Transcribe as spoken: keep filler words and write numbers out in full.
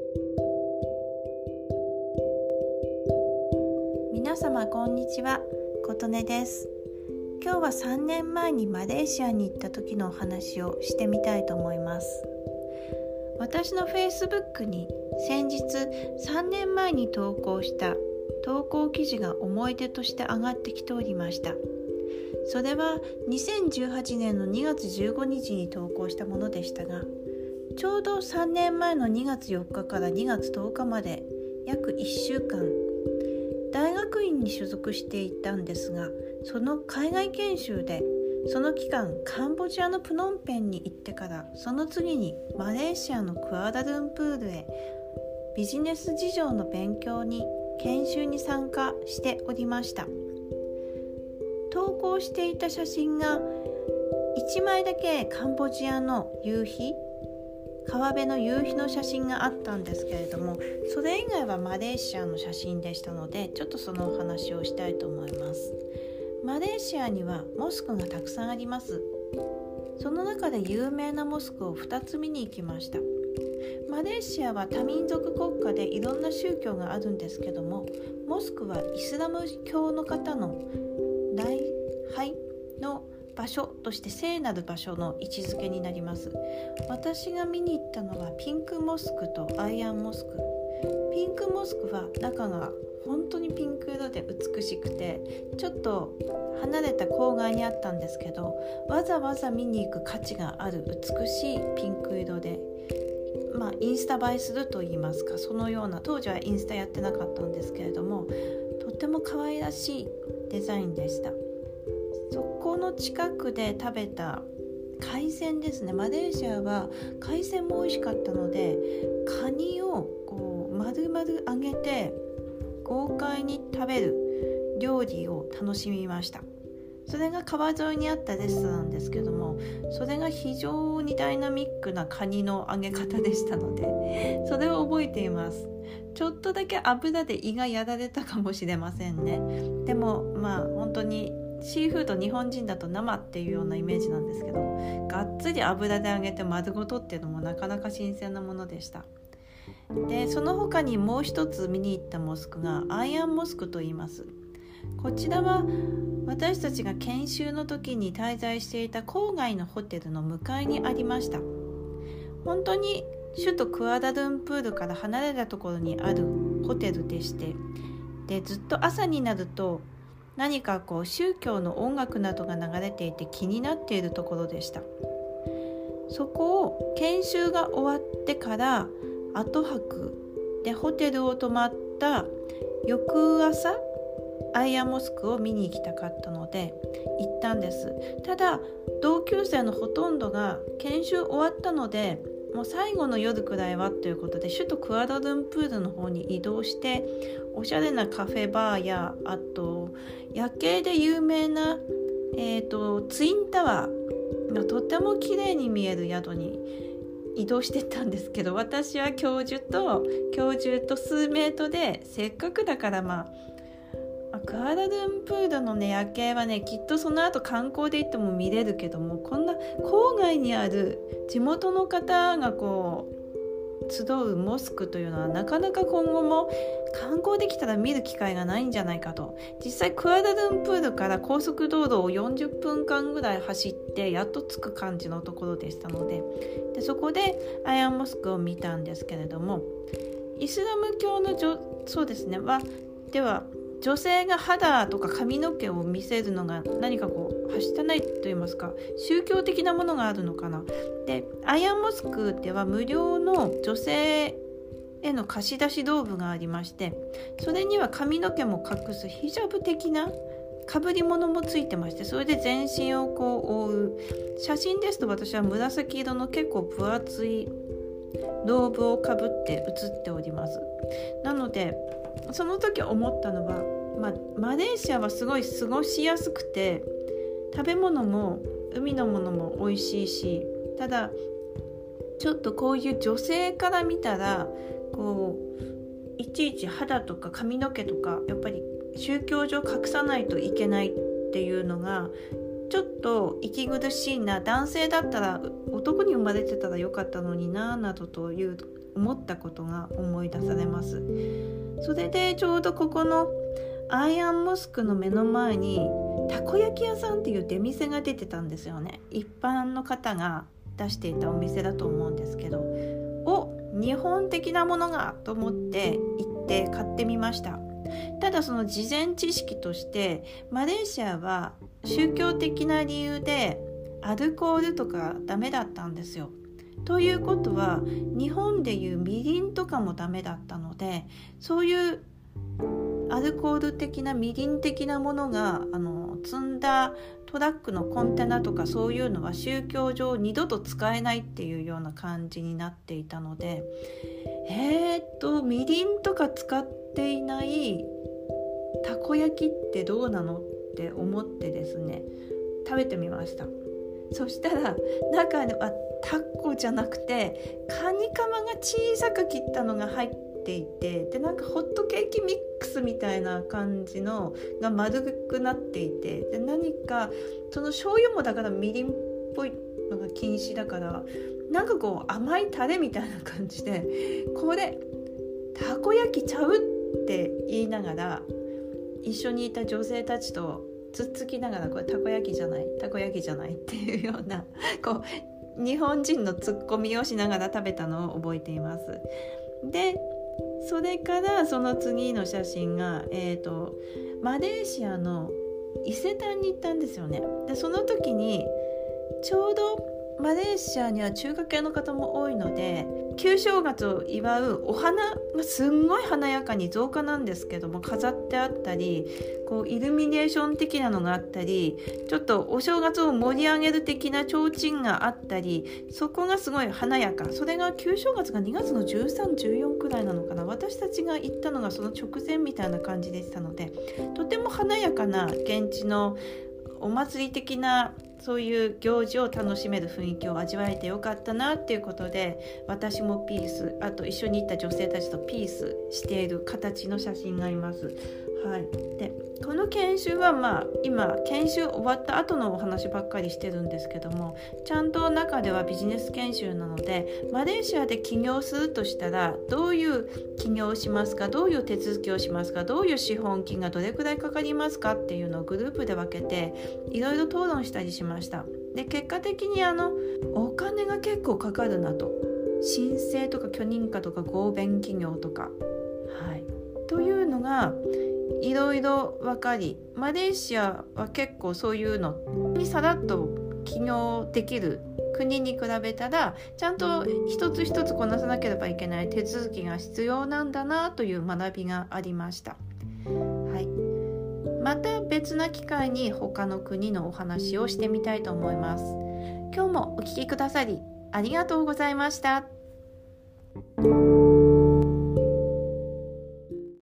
皆様こんにちは、琴音です。今日はさんねんまえにマレーシアに行った時のお話をしてみたいと思います。私の Facebook に先日さんねんまえに投稿した投稿記事が思い出として上がってきておりました。それはにせんじゅうはちねんのにがつじゅうごにちに投稿したものでしたが、ちょうどさんねんまえのにがつよっかからにがつとおかまで約いっしゅうかん大学院に所属していたんですが、その海外研修でその期間カンボジアのプノンペンに行ってから、その次にマレーシアのクアラルンプールへビジネス事情の勉強に研修に参加しておりました。投稿していた写真がいちまいだけカンボジアの夕日、川辺の夕日の写真があったんですけれども、それ以外はマレーシアの写真でしたので、ちょっとそのお話をしたいと思います。マレーシアにはモスクがたくさんあります。その中で有名なモスクをふたつ見に行きました。マレーシアは多民族国家でいろんな宗教があるんですけども、モスクはイスラム教の方の礼拝の場所として聖なる場所の位置づけになります。私が見に行ったのはピンクモスクとアイアンモスク。ピンクモスクは中が本当にピンク色で美しくて、ちょっと離れた郊外にあったんですけど、わざわざ見に行く価値がある美しいピンク色で、まあインスタ映えすると言いますか、そのような、当時はインスタやってなかったんですけれども、とても可愛らしいデザインでした。そこの近くで食べた海鮮ですね。マレーシアは海鮮も美味しかったので、カニをこう丸々揚げて豪快に食べる料理を楽しみました。それが川沿いにあったレストランですけども、それが非常にダイナミックなカニの揚げ方でしたので、それを覚えています。ちょっとだけ油で胃がやられたかもしれませんね。でもまあ本当にシーフード、日本人だと生っていうようなイメージなんですけど、がっつり油で揚げて丸ごとっていうのもなかなか新鮮なものでした。でその他にもう一つ見に行ったモスクがアイアンモスクと言います。こちらは私たちが研修の時に滞在していた郊外のホテルの向かいにありました。本当に首都クアラルンプールから離れたところにあるホテルでして、でずっと朝になると何かこう宗教の音楽などが流れていて気になっているところでした。そこを研修が終わってから後泊でホテルを泊まった翌朝、アイアンモスクを見に行きたかったので行ったんです。ただ同級生のほとんどが研修終わったので、もう最後の夜くらいはということで首都クアラルンプールの方に移動して、おしゃれなカフェバーや、あと夜景で有名な、えーと、ツインタワーがとても綺麗に見える宿に移動してったんですけど、私は教授と教授と数メートで、せっかくだからまあクアラルンプールのね夜景はね、きっとその後観光で行っても見れるけども、こんな郊外にある地元の方がこう集うモスクというのはなかなか今後も観光できたら見る機会がないんじゃないかと。実際クアラルンプールから高速道路をよんじゅっぷんかんぐらい走ってやっと着く感じのところでしたので、でそこでアイアンモスクを見たんですけれども、イスラム教のそうですねはでは女性が肌とか髪の毛を見せるのが何かこうはしたないと言いますか、宗教的なものがあるのかな。でアイアンモスクでは無料の女性への貸し出し道具がありまして、それには髪の毛も隠すヒジャブ的なかぶり物もついてまして、それで全身をこう覆う。写真ですと私は紫色の結構分厚いローブをかぶって写っております。なのでその時思ったのは、まあ、マレーシアはすごい過ごしやすくて、食べ物も海のものも美味しいし、ただちょっとこういう女性から見たらこういちいち肌とか髪の毛とかやっぱり宗教上隠さないといけないっていうのがちょっと息苦しいな、男性だったら男に生まれてたらよかったのにななどという思ったことが思い出されます。それでちょうどここのアイアンモスクの目の前にたこ焼き屋さんっていう出店が出てたんですよね。一般の方が出していたお店だと思うんですけど、お、日本的なものがと思って行って買ってみました。ただその事前知識として、マレーシアは宗教的な理由でアルコールとかダメだったんですよ。ということは日本でいうみりんとかもダメだったので、そういうアルコール的なみりん的なものがあの積んだトラックのコンテナとか、そういうのは宗教上二度と使えないっていうような感じになっていたので、えーっとみりんとか使っていないたこ焼きってどうなのって思ってですね、食べてみました。そしたら中にはタコじゃなくてカニカマが小さく切ったのが入っていて、でなんかホットケーキミックスみたいな感じのが丸くなっていて、で何かその醤油もだからみりんっぽいのが禁止だから、なんかこう甘いタレみたいな感じで、これたこ焼きちゃうって言いながら一緒にいた女性たちとつっつきながら、これたこ焼きじゃないたこ焼きじゃないっていうようなこう日本人のツッコミをしながら食べたのを覚えています。でそれからその次の写真が、えーと、マレーシアの伊勢丹に行ったんですよね。でその時にちょうどマレーシアには中華系の方も多いので、旧正月を祝うお花がすんごい華やかに造花なんですけども飾ってあったり、こうイルミネーション的なのがあったり、ちょっとお正月を盛り上げる的な提灯があったり、そこがすごい華やか。それが旧正月がにがつのじゅうさん、じゅうよんくらいなのかな。私たちが行ったのがその直前みたいな感じでしたので、とても華やかな現地のお祭り的なそういう行事を楽しめる雰囲気を味わえてよかったなっていうことで、私もピース、あと一緒に行った女性たちとピースしている形の写真があります。はい、でこの研修はまあ今研修終わった後のお話ばっかりしてるんですけども、ちゃんと中ではビジネス研修なので、マレーシアで起業するとしたらどういう起業をしますか、どういう手続きをしますか、どういう資本金がどれくらいかかりますかっていうのをグループで分けていろいろ討論したりしました。で結果的にあのお金が結構かかるなと、申請とか許認可とか合弁企業とか、はい、というのがいろいろ分かり、マレーシアは結構そういうのにさらっと起業できる国に比べたら、ちゃんと一つ一つこなさなければいけない手続きが必要なんだなという学びがありました。はい、また別な機会に他の国のお話をしてみたいと思います。今日もお聞きくださりありがとうございました。